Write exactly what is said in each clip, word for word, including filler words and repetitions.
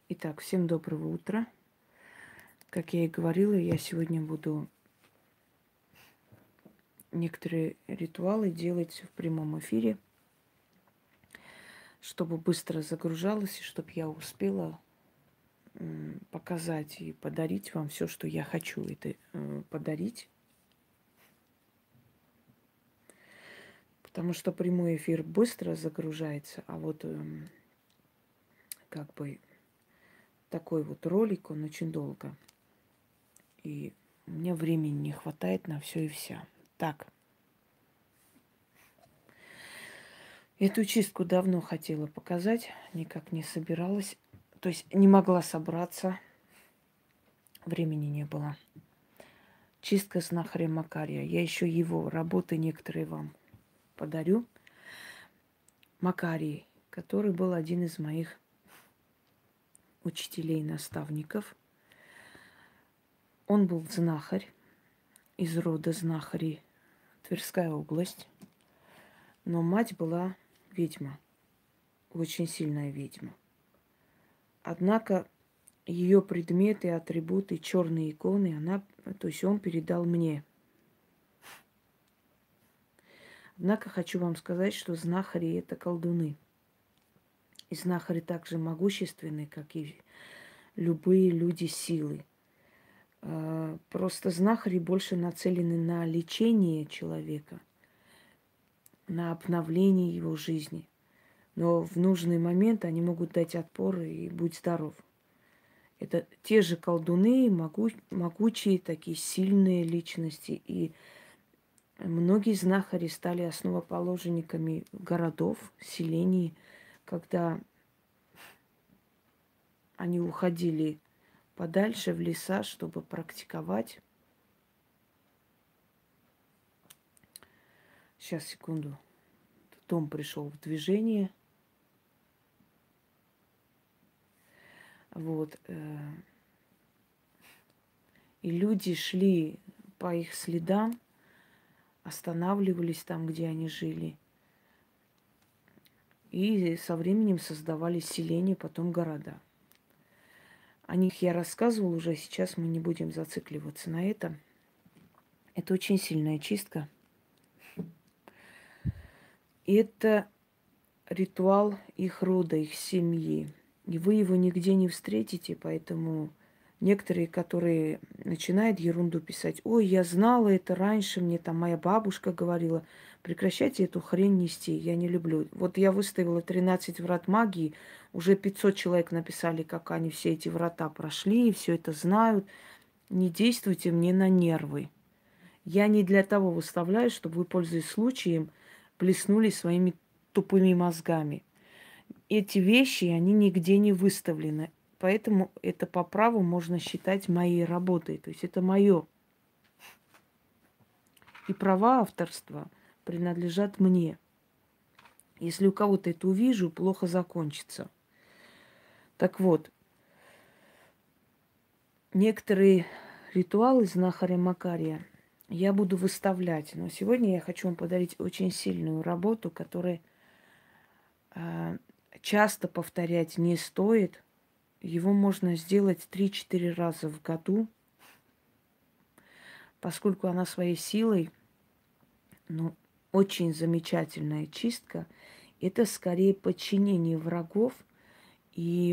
Итак, всем доброго утра. Как я и говорила, я сегодня буду некоторые ритуалы делать в прямом эфире, чтобы быстро загружалось и чтобы я успела м, показать и подарить вам все, что я хочу это э, подарить. Потому что прямой эфир быстро загружается, а вот эм, как бы такой вот ролик, он очень долго. И мне времени не хватает на все и вся. Так, эту чистку давно хотела показать, никак не собиралась. То есть не могла собраться, времени не было. Чистка знахаря Макария. Я еще его работы некоторые вам подарю. Макарий, который был один из моих учителей, наставников. Он был знахарь из рода знахарей, Тверская область. Но мать была ведьма, очень сильная ведьма. Однако ее предметы, атрибуты, черные иконы, она, то есть он передал мне. Однако хочу вам сказать, что знахари – это колдуны. И знахари так же могущественны, как и любые люди силы. А, Просто знахари больше нацелены на лечение человека, на обновление его жизни. Но в нужный момент они могут дать отпор и будь здоров. Это те же колдуны, могу, могучие, такие сильные личности. И многие знахари стали основоположниками городов, селений, когда они уходили подальше в леса, чтобы практиковать. Сейчас, секунду. Дом пришел в движение. Вот. э, И люди шли по их следам, останавливались там, где они жили. И со временем создавали селения, потом города. О них я рассказывала уже, сейчас мы не будем зацикливаться на этом. Это очень сильная чистка. И это ритуал их рода, их семьи. И вы его нигде не встретите, поэтому некоторые, которые начинают ерунду писать, ой, я знала это раньше, мне там моя бабушка говорила, прекращайте эту хрень нести, я не люблю. Вот я выставила тринадцать врат магии, уже пятьсот человек написали, как они все эти врата прошли, и все это знают. Не действуйте мне на нервы. Я не для того выставляю, чтобы вы, пользуясь случаем, блеснули своими тупыми мозгами. Эти вещи, они нигде не выставлены. Поэтому это по праву можно считать моей работой. То есть это мое. И права авторства принадлежат мне. Если у кого-то это увижу, плохо закончится. Так вот, некоторые ритуалы знахаря Макария я буду выставлять. Но сегодня я хочу вам подарить очень сильную работу, которая а, часто повторять не стоит. Его можно сделать три-четыре раза в году, поскольку она своей силой, ну, очень замечательная чистка. Это скорее подчинение врагов. И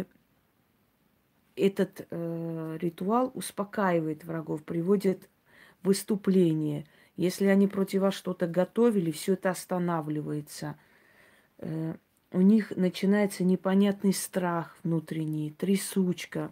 этот э, ритуал успокаивает врагов, приводит в выступление. Если они против вас что-то готовили, все это останавливается. Э, у них начинается непонятный страх внутренний, трясучка.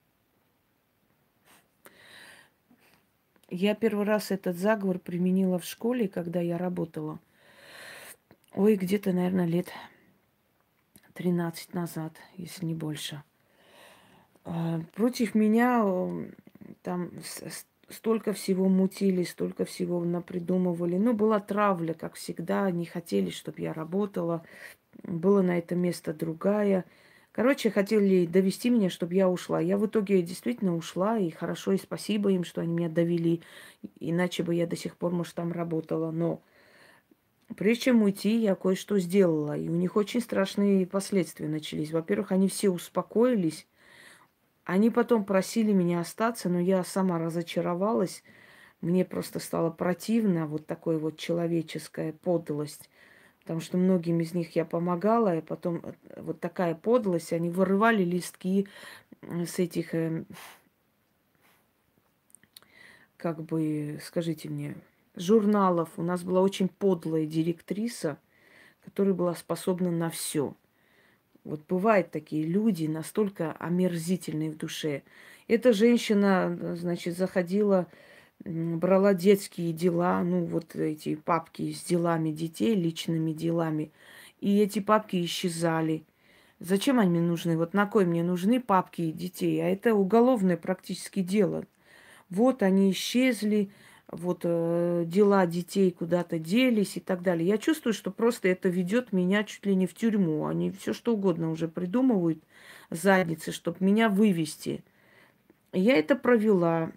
Я первый раз этот заговор применила в школе, когда я работала. Ой, где-то, наверное, лет тринадцать назад, если не больше. А, Против меня э, там с- с- столько всего мутили, столько всего напридумывали. Ну, была травля, как всегда. Не хотели, чтобы я работала. Было на это место другая. Короче, хотели довести меня, чтобы я ушла. Я в итоге действительно ушла, и хорошо, и спасибо им, что они меня довели. Иначе бы я до сих пор, может, там работала. Но прежде чем уйти, я кое-что сделала. И у них очень страшные последствия начались. Во-первых, они все успокоились, Они потом просили меня остаться, но я сама разочаровалась. Мне просто стало противно вот такой вот человеческая подлость. Потому что многим из них я помогала, и потом э, вот такая подлость, они вырывали листки м, с этих, э, как бы, скажите мне, журналов. У нас была очень подлая директриса, которая была способна на все. Вот бывают такие люди, настолько омерзительные в душе. Эта женщина, э, значит, заходила, м, брала детские дела, ну, вот эти папки с делами детей, личными делами, и эти папки исчезали. Зачем они мне нужны? Вот на кой мне нужны папки детей? А это уголовное практически дело. Вот они исчезли, вот э, дела детей куда-то делись и так далее. Я чувствую, что просто это ведет меня чуть ли не в тюрьму. Они все что угодно уже придумывают, задницы, чтобы меня вывести. Я это провела.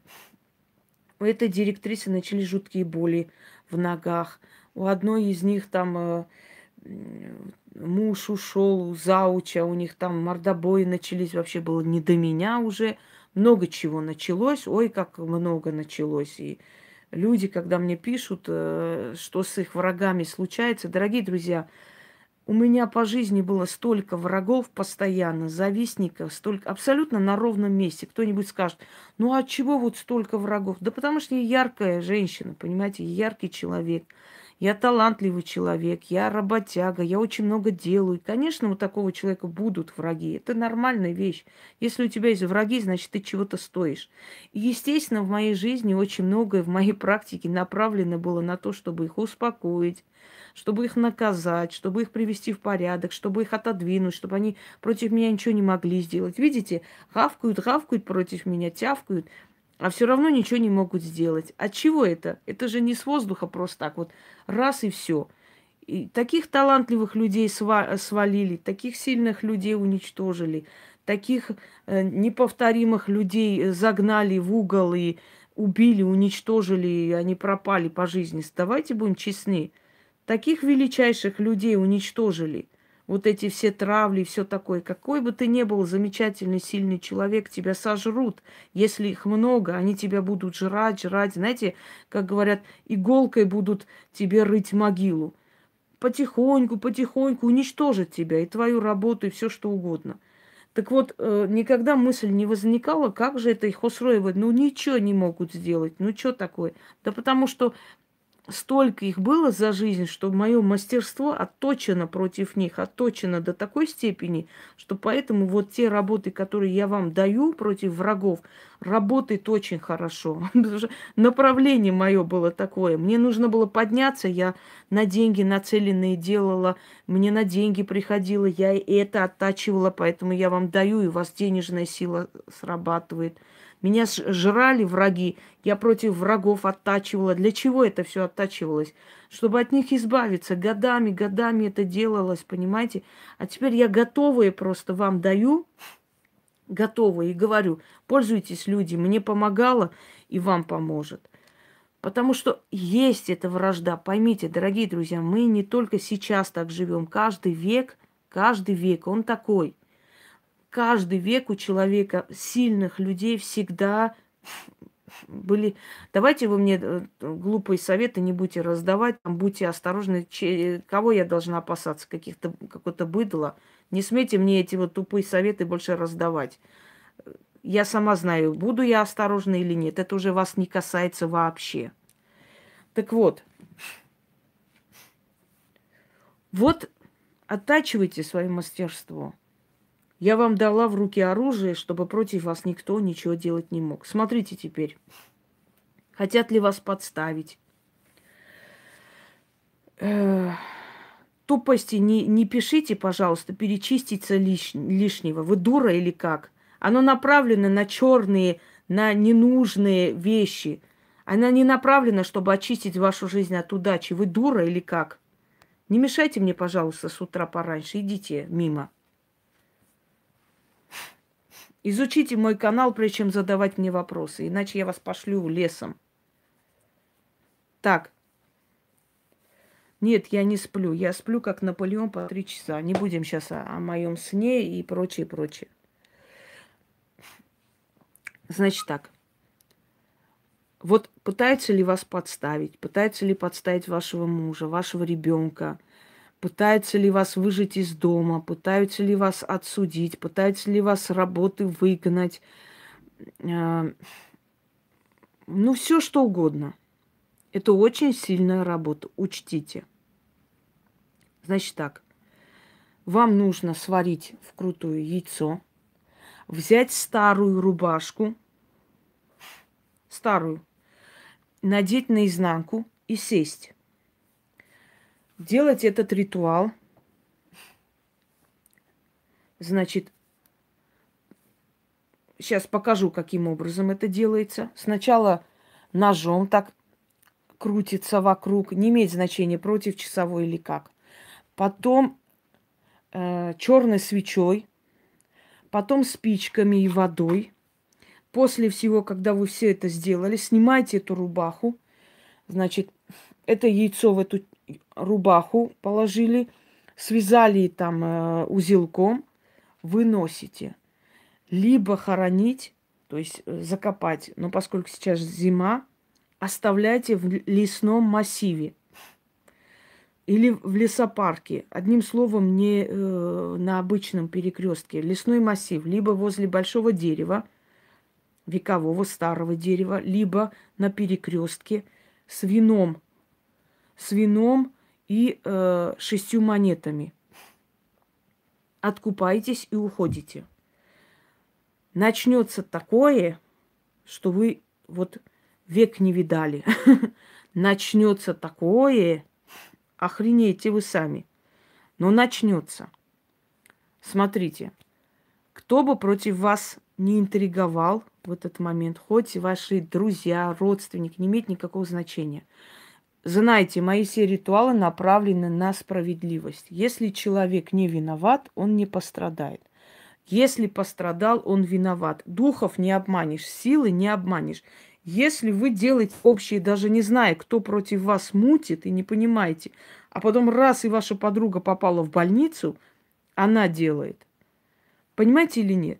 У этой директрисы начались жуткие боли в ногах. У одной из них там э, м, муж ушел, у зауча, у них там мордобои начались, вообще было не до меня уже. Много чего началось, ой, как много началось. И люди, когда мне пишут, э, что с их врагами случается, дорогие друзья, у меня по жизни было столько врагов постоянно, завистников, столько абсолютно на ровном месте. Кто-нибудь скажет, ну а чего вот столько врагов? Да потому что я яркая женщина, понимаете, я яркий человек. Я талантливый человек, я работяга, я очень много делаю. И, конечно, у такого человека будут враги. Это нормальная вещь. Если у тебя есть враги, значит, ты чего-то стоишь. И, естественно, в моей жизни очень многое в моей практике направлено было на то, чтобы их успокоить, чтобы их наказать, чтобы их привести в порядок, чтобы их отодвинуть, чтобы они против меня ничего не могли сделать. Видите, гавкают, гавкают против меня, тявкают, а все равно ничего не могут сделать. От чего это? Это же не с воздуха просто так вот раз и все. И таких талантливых людей сва- свалили, таких сильных людей уничтожили, таких э, неповторимых людей загнали в угол и убили, уничтожили, и они пропали по жизни. Давайте будем честны. Таких величайших людей уничтожили. Вот эти все травли, все такое. Какой бы ты ни был замечательный, сильный человек, тебя сожрут. Если их много, они тебя будут жрать, жрать. Знаете, как говорят, иголкой будут тебе рыть могилу. Потихоньку, потихоньку уничтожат тебя и твою работу, и все что угодно. Так вот, э, никогда мысль не возникала, как же это их устроивать. Ну, ничего не могут сделать. Ну, что такое? Да потому что столько их было за жизнь, что мое мастерство отточено против них, отточено до такой степени, что поэтому вот те работы, которые я вам даю против врагов, работают очень хорошо. Потому что направление мое было такое. Мне нужно было подняться, я на деньги нацеленные делала, мне на деньги приходило, я и это оттачивала, поэтому я вам даю, и у вас денежная сила срабатывает. Меня с- жрали враги, я против врагов оттачивала. Для чего это все оттачивалось? Чтобы от них избавиться. Годами, годами это делалось, понимаете? А теперь я готовые просто вам даю, готовые, и говорю, пользуйтесь, люди, мне помогало и вам поможет. Потому что есть эта вражда. Поймите, дорогие друзья, мы не только сейчас так живем. Каждый век, каждый век, он такой. Каждый век у человека, сильных людей всегда были. Давайте вы мне э, глупые советы не будете раздавать, там, будьте осторожны, че- кого я должна опасаться, каких-то какое-то быдло. Не смейте мне эти вот тупые советы больше раздавать. Я сама знаю, буду я осторожна или нет. Это уже вас не касается вообще. Так вот, вот оттачивайте свое мастерство. Я вам дала в руки оружие, чтобы против вас никто ничего делать не мог. Смотрите теперь. Хотят ли вас подставить? Эх, тупости не, не пишите, пожалуйста, перечиститься лиш, лишнего. Вы дура или как? Оно направлено на черные, на ненужные вещи. Она не направлена, чтобы очистить вашу жизнь от удачи. Вы дура или как? Не мешайте мне, пожалуйста, с утра пораньше. Идите мимо. Изучите мой канал, прежде чем задавать мне вопросы, иначе я вас пошлю лесом. Так, нет, я не сплю. Я сплю, как Наполеон, по три часа. Не будем сейчас о, о моем сне и прочее, прочее. Значит так. Вот пытаются ли вас подставить, пытаются ли подставить вашего мужа, вашего ребенка, пытаются ли вас выжить из дома, пытаются ли вас отсудить, пытаются ли вас с работы выгнать, э, ну, все что угодно. Это очень сильная работа, учтите. Значит так, вам нужно сварить вкрутую яйцо, взять старую рубашку, старую, надеть наизнанку и сесть. Делать этот ритуал, значит, сейчас покажу, каким образом это делается. Сначала ножом так крутится вокруг, не имеет значения, против часовой или как. Потом э, черной свечой, потом спичками и водой. После всего, когда вы все это сделали, снимайте эту рубаху. Значит, это яйцо в эту рубаху положили, связали там э, узелком, выносите. Либо хоронить, то есть закопать, но поскольку сейчас зима, оставляйте в лесном массиве или в лесопарке. Одним словом, не э, на обычном перекрестке. Лесной массив, либо возле большого дерева, векового старого дерева, либо на перекрестке с вином, с вином и э, шестью монетами. Откупаетесь и уходите. Начнется такое, что вы вот век не видали. Начнется такое, охренеете вы сами. Но начнется. Смотрите, кто бы против вас не интриговал в этот момент, хоть ваши друзья, родственники, не имеет никакого значения. Знайте, мои все ритуалы направлены на справедливость. Если человек не виноват, он не пострадает. Если пострадал, он виноват. Духов не обманешь, силы не обманешь. Если вы делаете общее, даже не зная, кто против вас мутит, и не понимаете, а потом раз и ваша подруга попала в больницу, она делает. Понимаете или нет?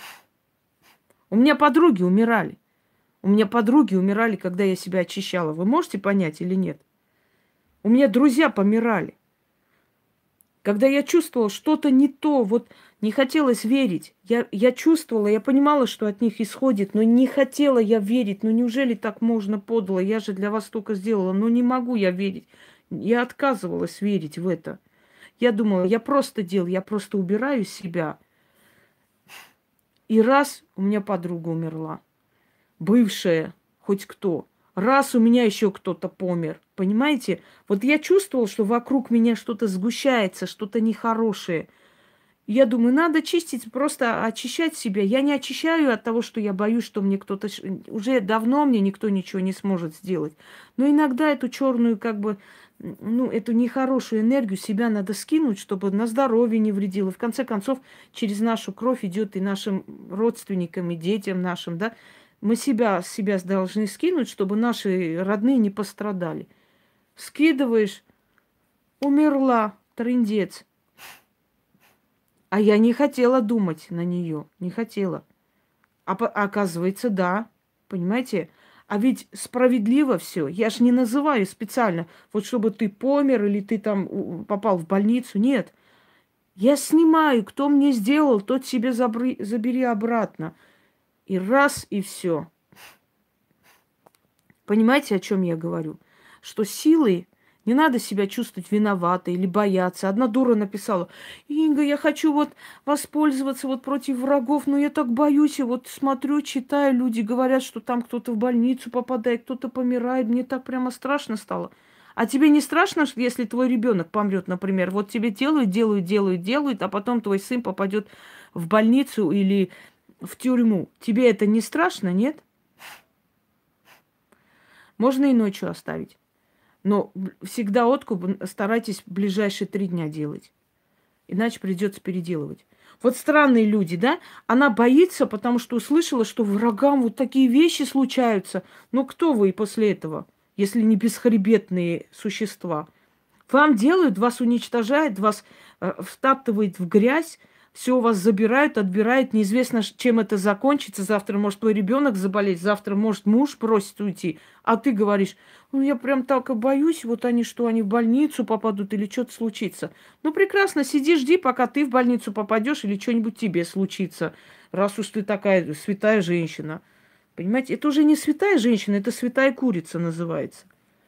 У меня подруги умирали. У меня подруги умирали, когда я себя очищала. Вы можете понять или нет? У меня друзья помирали. Когда я чувствовала что-то не то, вот не хотелось верить. Я, я чувствовала, я понимала, что от них исходит, но не хотела я верить. Ну неужели так можно подло? Я же для вас только сделала. Но не могу я верить. Я отказывалась верить в это. Я думала, я просто делаю, я просто убираю себя. И раз у меня подруга умерла. Бывшая, хоть кто. Раз у меня еще кто-то помер. Понимаете? Вот я чувствовала, что вокруг меня что-то сгущается, что-то нехорошее. Я думаю, надо чистить, просто очищать себя. Я не очищаю от того, что я боюсь, что мне кто-то... Уже давно мне никто ничего не сможет сделать. Но иногда эту черную, как бы, ну, эту нехорошую энергию себя надо скинуть, чтобы на здоровье не вредило. В конце концов, через нашу кровь идет и нашим родственникам, и детям нашим, да. Мы себя, себя должны скинуть, чтобы наши родные не пострадали. Скидываешь, умерла, трындец. А я не хотела думать на нее, не хотела. А, а оказывается, да, понимаете? А ведь справедливо все. Я же не называю специально, вот чтобы ты помер или ты там попал в больницу. Нет. Я снимаю, кто мне сделал, тот себе забри, забери обратно. И раз, и все. Понимаете, о чем я говорю? Что силой не надо себя чувствовать виноватой или бояться. Одна дура написала: Инга, я хочу вот воспользоваться вот против врагов, но я так боюсь. И вот смотрю, читаю, люди говорят, что там кто-то в больницу попадает, кто-то помирает. Мне так прямо страшно стало. А тебе не страшно, если твой ребенок помрет, например? Вот тебе делают, делают, делают, делают, а потом твой сын попадет в больницу или в тюрьму. Тебе это не страшно, нет? Можно и ночью оставить. Но всегда откуп старайтесь в ближайшие три дня делать. Иначе придется переделывать. Вот странные люди, да? Она боится, потому что услышала, что врагам вот такие вещи случаются. Но кто вы после этого, если не бесхребетные существа? Вам делают, вас уничтожают, вас э, втаптывают в грязь. все у вас забирают, отбирают, неизвестно, ш- чем это закончится. Завтра может твой ребенок заболеть, завтра может муж бросит уйти. А ты говоришь, ну я прям так и боюсь, вот они что, они в больницу попадут или что-то случится. Ну прекрасно, сиди, жди, пока ты в больницу попадешь или что-нибудь тебе случится, раз уж ты такая святая женщина. Понимаете, это уже не святая женщина, это святая курица называется.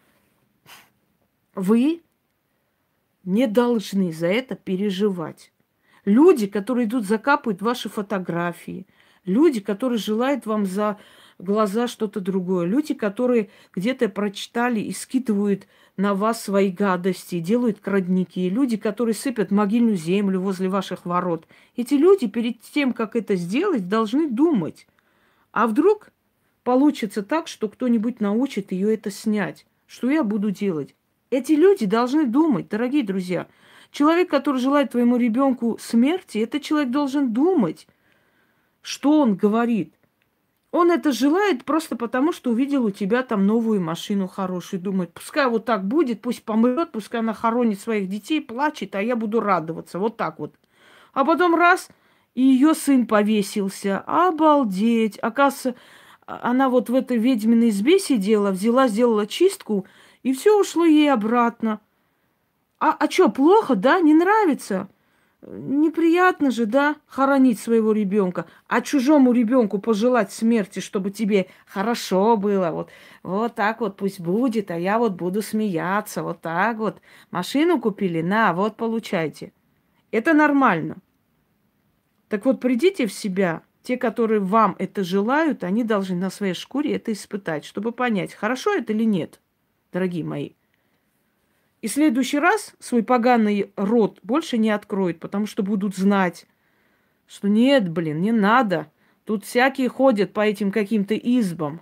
Вы не должны за это переживать. Люди, которые идут, закапывают ваши фотографии, люди, которые желают вам за глаза что-то другое, люди, которые где-то прочитали и скидывают на вас свои гадости, делают крадники, люди, которые сыпят могильную землю возле ваших ворот. Эти люди перед тем, как это сделать, должны думать. А вдруг получится так, что кто-нибудь научит ее это снять? Что я буду делать? Эти люди должны думать, дорогие друзья. Человек, который желает твоему ребенку смерти, этот человек должен думать, что он говорит. Он это желает просто потому, что увидел у тебя там новую машину хорошую. Думает, пускай вот так будет, пусть помрет, пускай она хоронит своих детей, плачет, а я буду радоваться. Вот так вот. А потом раз, и ее сын повесился. Обалдеть. Оказывается, а- она вот в этой ведьминой избе сидела, взяла, сделала чистку, и все ушло ей обратно. А, а что, плохо, да? Не нравится? Неприятно же, да, хоронить своего ребенка, а чужому ребенку пожелать смерти, чтобы тебе хорошо было. Вот, вот так вот пусть будет, а я вот буду смеяться. Вот так вот. Машину купили, на, вот получайте. Это нормально. Так вот, придите в себя. Те, которые вам это желают, они должны на своей шкуре это испытать, чтобы понять, хорошо это или нет, дорогие мои. И в следующий раз свой поганый рот больше не откроет, потому что будут знать, что нет, блин, не надо. Тут всякие ходят по этим каким-то избам.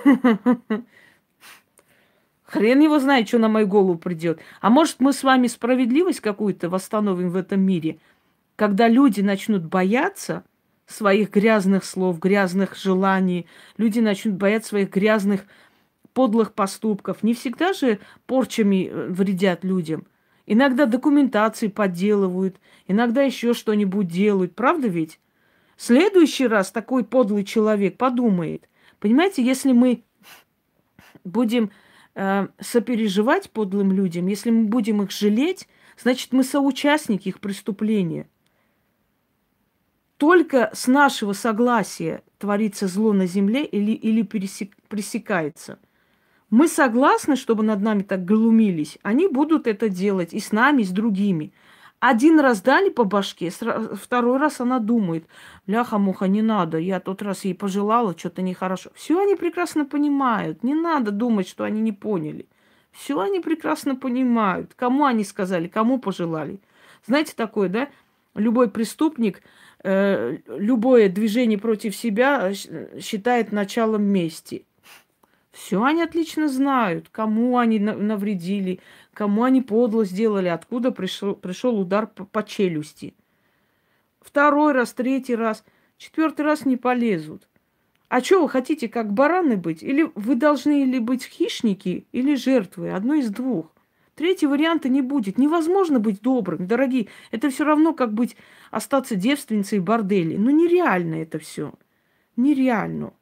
Хрен его знает, что на мою голову придет. А может, мы с вами справедливость какую-то восстановим в этом мире, когда люди начнут бояться своих грязных слов, грязных желаний, люди начнут бояться своих грязных подлых поступков. Не всегда же порчами э, вредят людям. Иногда документации подделывают, иногда еще что-нибудь делают. Правда ведь? В следующий раз такой подлый человек подумает. Понимаете, если мы будем э, сопереживать подлым людям, если мы будем их жалеть, значит, мы соучастники их преступления. Только с нашего согласия творится зло на земле или, или пересек, пресекается. Мы согласны, чтобы над нами так глумились. Они будут это делать и с нами, и с другими. Один раз дали по башке, сра- второй раз она думает, ляха-муха, не надо, я тот раз ей пожелала, что-то нехорошо. Все они прекрасно понимают, не надо думать, что они не поняли. Все они прекрасно понимают, кому они сказали, кому пожелали. Знаете такое, да? Любой преступник, э, любое движение против себя э, считает началом мести. Все они отлично знают, кому они на- навредили, кому они подло сделали, откуда пришел, пришел удар по, по челюсти. Второй раз, третий раз, четвертый раз не полезут. А что вы хотите, как бараны быть? Или вы должны или быть хищники, или жертвы, одно из двух. Третьего варианта не будет. Невозможно быть добрым, дорогие. Это все равно, как быть, остаться девственницей в борделе. Ну, нереально это все. Нереально.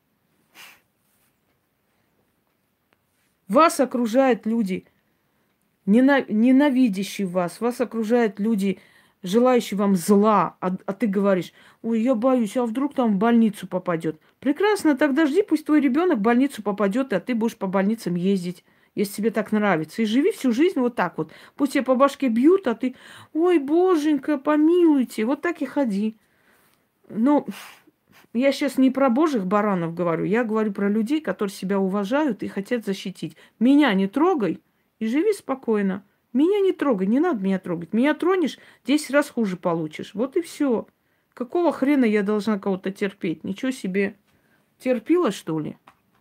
Вас окружают люди, нена- ненавидящие вас, вас окружают люди, желающие вам зла, а, а ты говоришь, ой, я боюсь, а вдруг там в больницу попадет. Прекрасно, тогда жди, пусть твой ребенок в больницу попадет, а ты будешь по больницам ездить, если тебе так нравится. И живи всю жизнь вот так вот. Пусть тебя по башке бьют, а ты, ой, боженька, помилуйте, вот так и ходи. Ну, я сейчас не про божьих баранов говорю, я говорю про людей, которые себя уважают и хотят защитить. Меня не трогай и живи спокойно. Меня не трогай, не надо меня трогать. Меня тронешь, десять раз хуже получишь. Вот и все. Какого хрена я должна кого-то терпеть? Ничего себе. Терпила, что ли?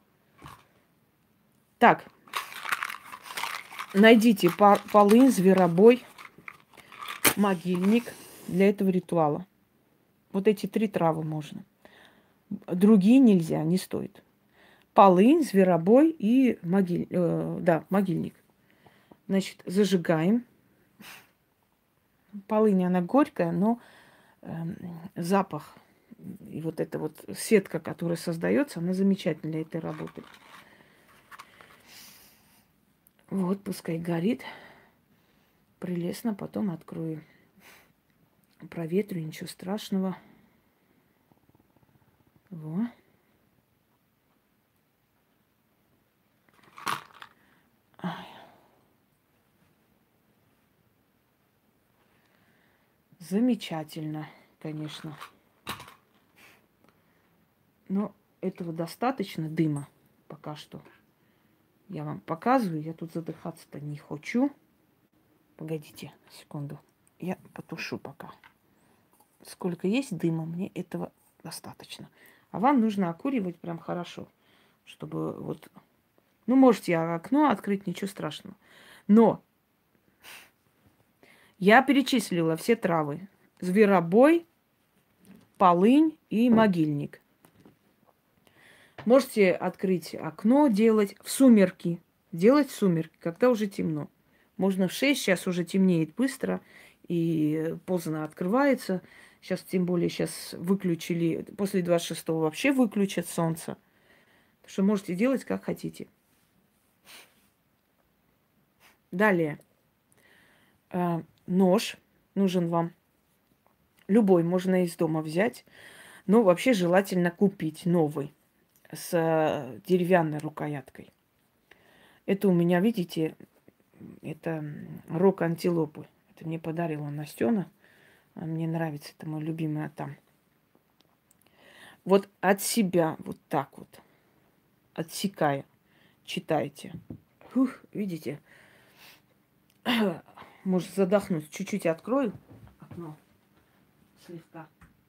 Так, найдите по- полынь, зверобой, могильник для этого ритуала. Вот эти три травы можно. Другие нельзя, не стоит. Полынь, зверобой и могиль, э, да, могильник. Значит, зажигаем. Полынь, она горькая, но эм, запах. И вот эта вот сетка, которая создается, она замечательна для этой работы. Вот, пускай горит. Прелестно, потом открою. Проветрю, ничего страшного. Во. Ай. Замечательно, конечно. Но этого достаточно дыма пока что. Я вам показываю, я тут задыхаться-то не хочу. Погодите секунду. Я потушу пока. Сколько есть дыма, мне этого достаточно. А вам нужно окуривать прям хорошо, чтобы вот... Ну, можете окно открыть, ничего страшного. Но я перечислила все травы. Зверобой, полынь и могильник. Можете открыть окно, делать в сумерки. Делать в сумерки, когда уже темно. Можно в шесть, сейчас уже темнеет быстро и поздно открывается. Сейчас, тем более, сейчас выключили, после двадцать шестого вообще выключат солнце. Так что можете делать, как хотите. Далее. Э, нож нужен вам. Любой можно из дома взять. Но вообще желательно купить новый с э, деревянной рукояткой. Это у меня, видите, это рог антилопы. Это мне подарила Настена. Мне нравится, это мой любимый атам. Вот от себя, вот так вот, отсекая, читайте. Фух, видите? Может задохнуться. Чуть-чуть открою окно. Слегка.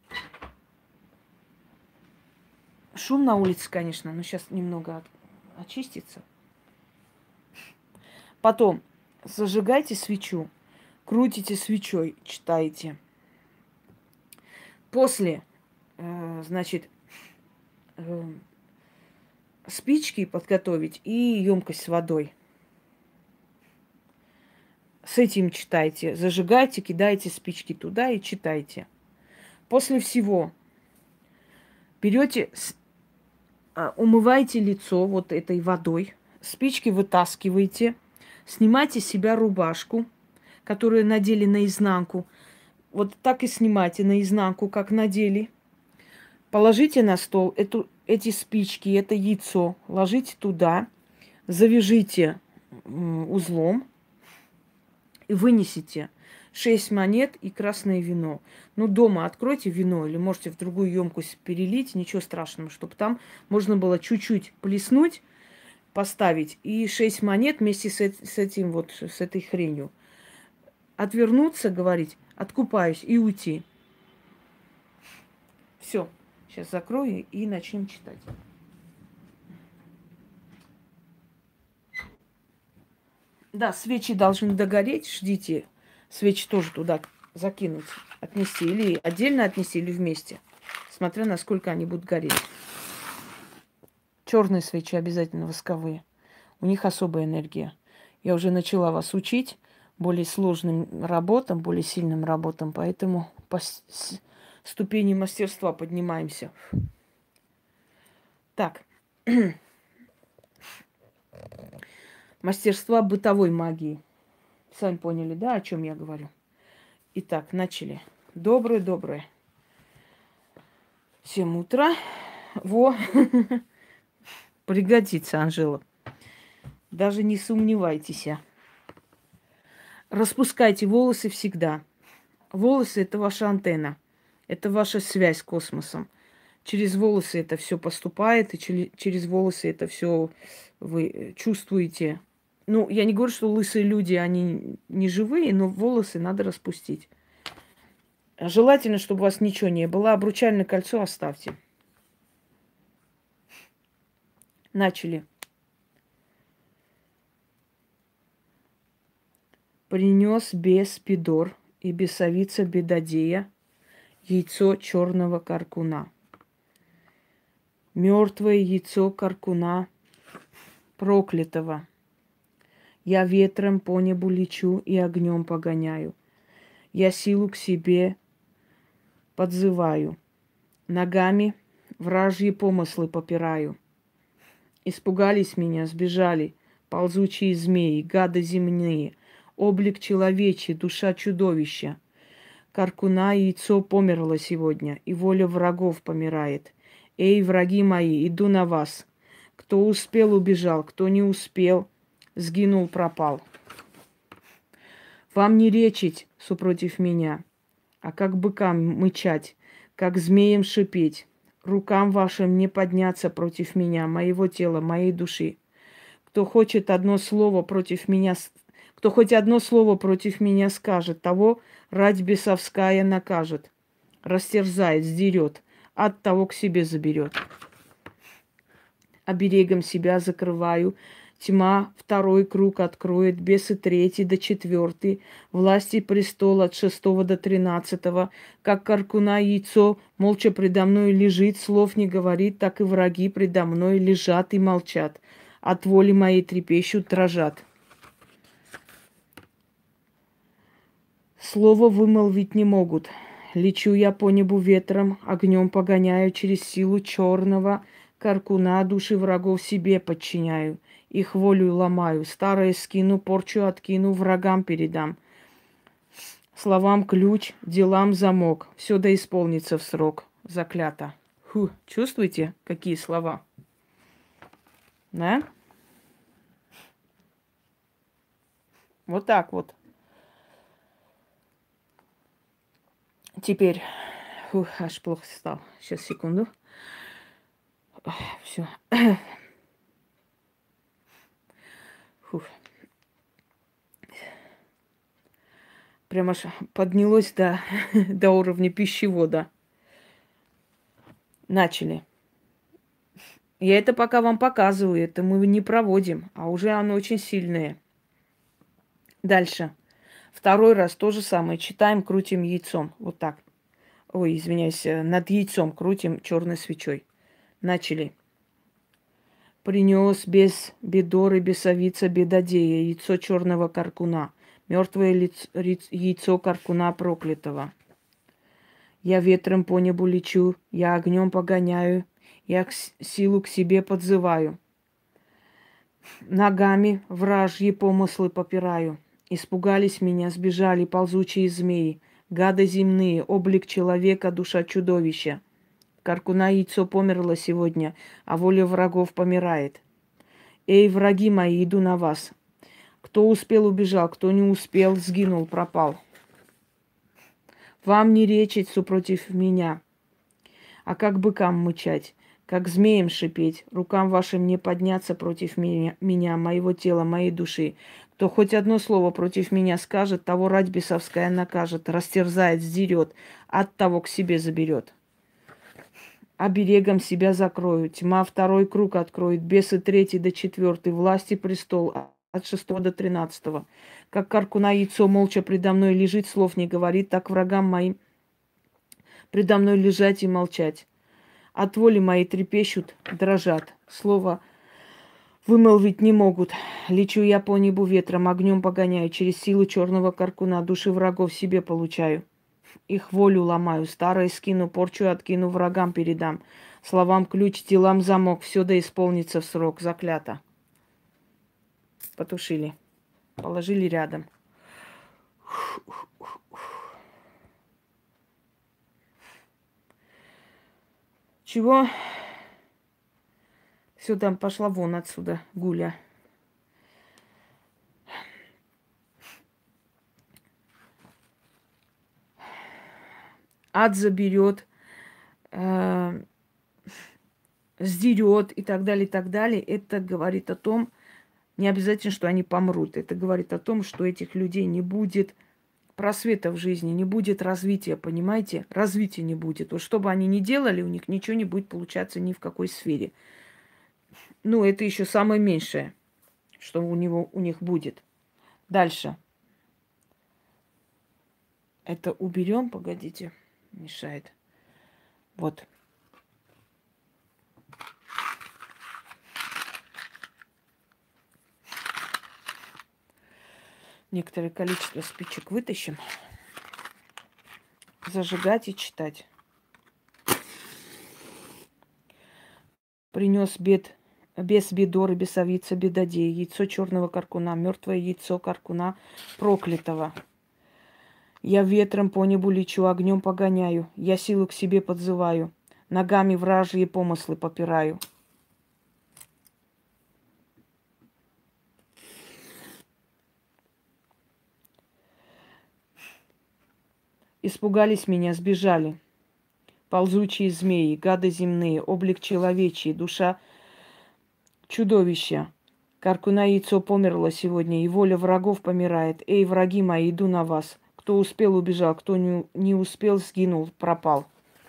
Шум на улице, конечно, но сейчас немного от... очистится. Потом зажигайте свечу, крутите свечой, читайте. После, э, значит, э, спички подготовить и емкость с водой. С этим читайте. Зажигайте, кидайте спички туда и читайте. После всего берете, умывайте лицо вот этой водой, спички вытаскиваете, снимайте с себя рубашку, которую надели наизнанку. Вот так и снимайте наизнанку, как надели. Положите на стол эту, эти спички, это яйцо, ложите туда, завяжите узлом и вынесите шесть монет и красное вино. Ну, дома откройте вино или можете в другую емкость перелить, ничего страшного, чтобы там можно было чуть-чуть плеснуть, поставить и шесть монет вместе с, с этим вот, с этой хренью. Отвернуться, говорить, откупаюсь и уйти. Все. Сейчас закрою и начнем читать. Да, свечи должны догореть. Ждите. Свечи тоже туда закинуть, отнести. Или отдельно отнести, или вместе. Смотря насколько они будут гореть. Черные свечи обязательно восковые. У них особая энергия. Я уже начала вас учить более сложным работам, более сильным работам. Поэтому по ступени мастерства поднимаемся. Так. Мастерства бытовой магии. Сами поняли, да, о чем я говорю? Итак, начали. Доброе-доброе. Всем утро. Во. Пригодится, Анжела. Даже не сомневайтесь. Распускайте волосы всегда. Волосы – это ваша антенна. Это ваша связь с космосом. Через волосы это все поступает, и через волосы это все вы чувствуете. Ну, я не говорю, что лысые люди, они не живые, но волосы надо распустить. Желательно, чтобы у вас ничего не было. Обручальное кольцо оставьте. Начали. Принес бес Пидор и бесовица Бедадея яйцо черного каркуна. Мертвое яйцо каркуна проклятого. Я ветром по небу лечу и огнем погоняю. Я силу к себе подзываю. Ногами вражьи помыслы попираю. Испугались меня, сбежали ползучие змеи, гады земные, облик человечий, душа чудовища. Каркуна яйцо померло сегодня, и воля врагов помирает. Эй, враги мои, иду на вас. Кто успел, убежал, кто не успел, сгинул, пропал. Вам не речить супротив меня, а как быкам мычать, как змеям шипеть. Рукам вашим не подняться против меня, моего тела, моей души. Кто хочет одно слово против меня, кто хоть одно слово против меня скажет, того рать бесовская накажет, растерзает, сдерет, от того к себе заберет. Оберегом себя закрываю, тьма второй круг откроет, бесы третий до четвертый, власти престол от шестого до тринадцатого, как каркуна яйцо молча предо мной лежит, слов не говорит, так и враги предо мной лежат и молчат. От воли моей трепещут, дрожат. Слово вымолвить не могут. Лечу я по небу ветром, огнем погоняю через силу черного каркуна, души врагов себе подчиняю. Их волю ломаю, старое скину, порчу откину, врагам передам. Словам ключ, делам замок, все да исполнится в срок. Заклято. Фу, чувствуете, какие слова? Да? Вот так вот. Теперь, фух, аж плохо стало. Сейчас, секунду. Все. Фух. Прямо аж поднялось до, до уровня пищевода. Начали. Я это пока вам показываю, это мы не проводим, а уже оно очень сильное. Дальше. Второй раз то же самое. Читаем, крутим яйцом. Вот так. Ой, извиняюсь, над яйцом крутим черной свечой. Начали. Принес без бедоры, бесовица, бедодея, яйцо черного каркуна, мертвое яйцо каркуна проклятого. Я ветром по небу лечу, я огнем погоняю, я к силу к себе подзываю. Ногами вражьи помыслы попираю. Испугались меня, сбежали ползучие змеи, гады земные, облик человека, душа чудовища. Каркуна яйцо померло сегодня, а воля врагов помирает. Эй, враги мои, иду на вас. Кто успел, убежал, кто не успел, сгинул, пропал. Вам не речить супротив меня, а как быкам мычать, как змеям шипеть, рукам вашим не подняться против меня, меня, моего тела, моей души. Кто хоть одно слово против меня скажет, того рать бесовская накажет, растерзает, сдерет, от того к себе заберет. Оберегом себя закрою, тьма второй круг откроет, бесы третий до четвертый, власти престол от шестого до тринадцатого. Как каркуна яйцо молча предо мной лежит, слов не говорит, так врагам моим предо мной лежать и молчать. От воли моей трепещут, дрожат. Слово вымолвить не могут. Лечу я по небу ветром, огнем погоняю, через силу черного каркуна души врагов себе получаю. Их волю ломаю, старое скину, порчу откину, врагам передам. Словам ключ, делам замок, все да исполнится в срок, заклято. Потушили. Положили рядом. Чего? Все, там пошла вон отсюда, Гуля. Ад заберет, э, сдерет и так далее, и так далее. Это говорит о том, не обязательно, что они помрут. Это говорит о том, что этих людей не будет просвета в жизни, не будет развития, понимаете? Развития не будет. Вот что бы они ни делали, у них ничего не будет получаться ни в какой сфере. Ну, это еще самое меньшее, что у него, у них будет. Дальше. Это уберем, погодите, мешает. Вот. Некоторое количество спичек вытащим. зажигать и читать. Принес бед, без бедоры, бесовица, бедодей, яйцо черного каркуна, мертвое яйцо каркуна проклятого. Я ветром по небу лечу, огнем погоняю, я силу к себе подзываю, ногами вражьи помыслы попираю. Испугались меня, сбежали. Ползучие змеи, гады земные, облик человечий, душа чудовища. Каркуна яйцо померло сегодня, и воля врагов помирает. Эй, враги мои, иду на вас. Кто успел, убежал, кто не, не успел, сгинул, пропал.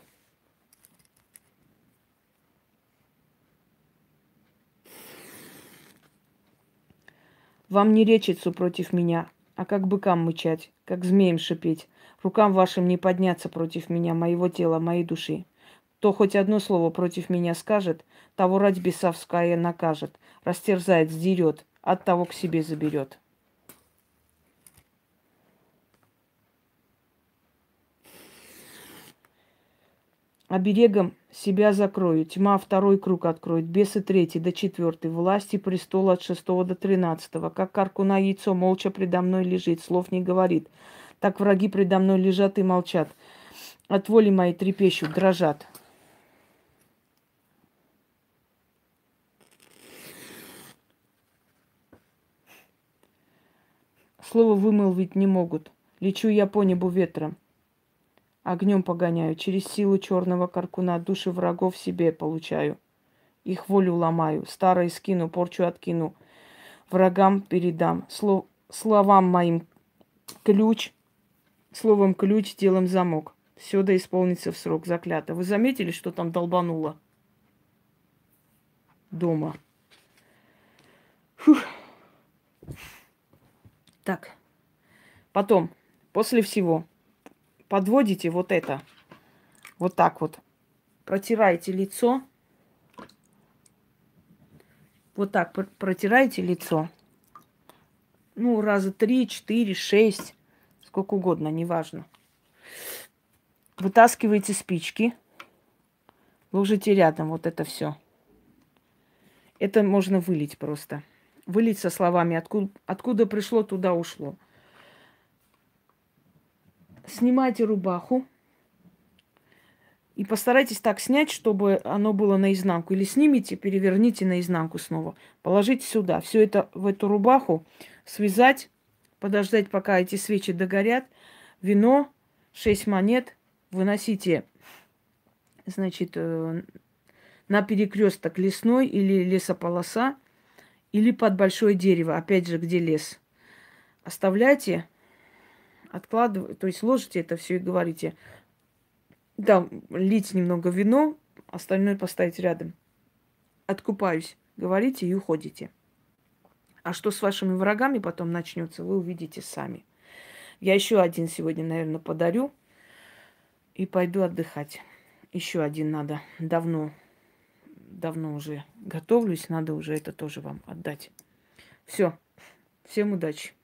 Вам не речицу против меня, а как быкам мычать, как змеям шипеть. Рукам вашим не подняться против меня, моего тела, моей души. Кто хоть одно слово против меня скажет, того рать бесовская накажет, растерзает, сдерет, от того к себе заберет. Оберегом себя закрою, тьма второй круг откроет, бесы третий до четвертый, власти престола от шестого до тринадцатого. Как каркуна яйцо молча предо мной лежит, слов не говорит. Так враги предо мной лежат и молчат. От воли моей трепещут, дрожат. Слово вымолвить не могут. Лечу я по небу ветром. Огнем погоняю, через силу черного каркуна души врагов себе получаю. Их волю ломаю, старое скину, порчу откину. Врагам передам. Слов, словам моим ключ, словом ключ, делом замок. Все да исполнится в срок, заклято. Вы заметили, что там долбануло? Дома. Фух. Так. Потом, после всего, подводите вот это. Вот так вот. Протираете лицо. Вот так протираете лицо. Ну, раза три, четыре, шесть. Сколько угодно, неважно. Вытаскиваете спички. Ложите рядом вот это все. Это можно вылить просто. Вылить со словами, откуда, откуда пришло, туда ушло. Снимайте рубаху. И постарайтесь так снять, чтобы оно было наизнанку. Или снимите, переверните наизнанку снова. Положите сюда. Все это в эту рубаху связать, подождать, пока эти свечи догорят. Вино, шесть монет. Выносите, значит, на перекресток лесной или лесополоса, или под большое дерево, опять же, где лес. Оставляйте, откладывайте, то есть ложите это все и говорите: да, лить немного вино, остальное поставить рядом. Откупаюсь, говорите и уходите. А что с вашими врагами потом начнется, вы увидите сами. Я еще один сегодня, наверное, подарю и пойду отдыхать. Еще один надо. Давно, давно уже готовлюсь, надо уже это тоже вам отдать. Все. Всем удачи.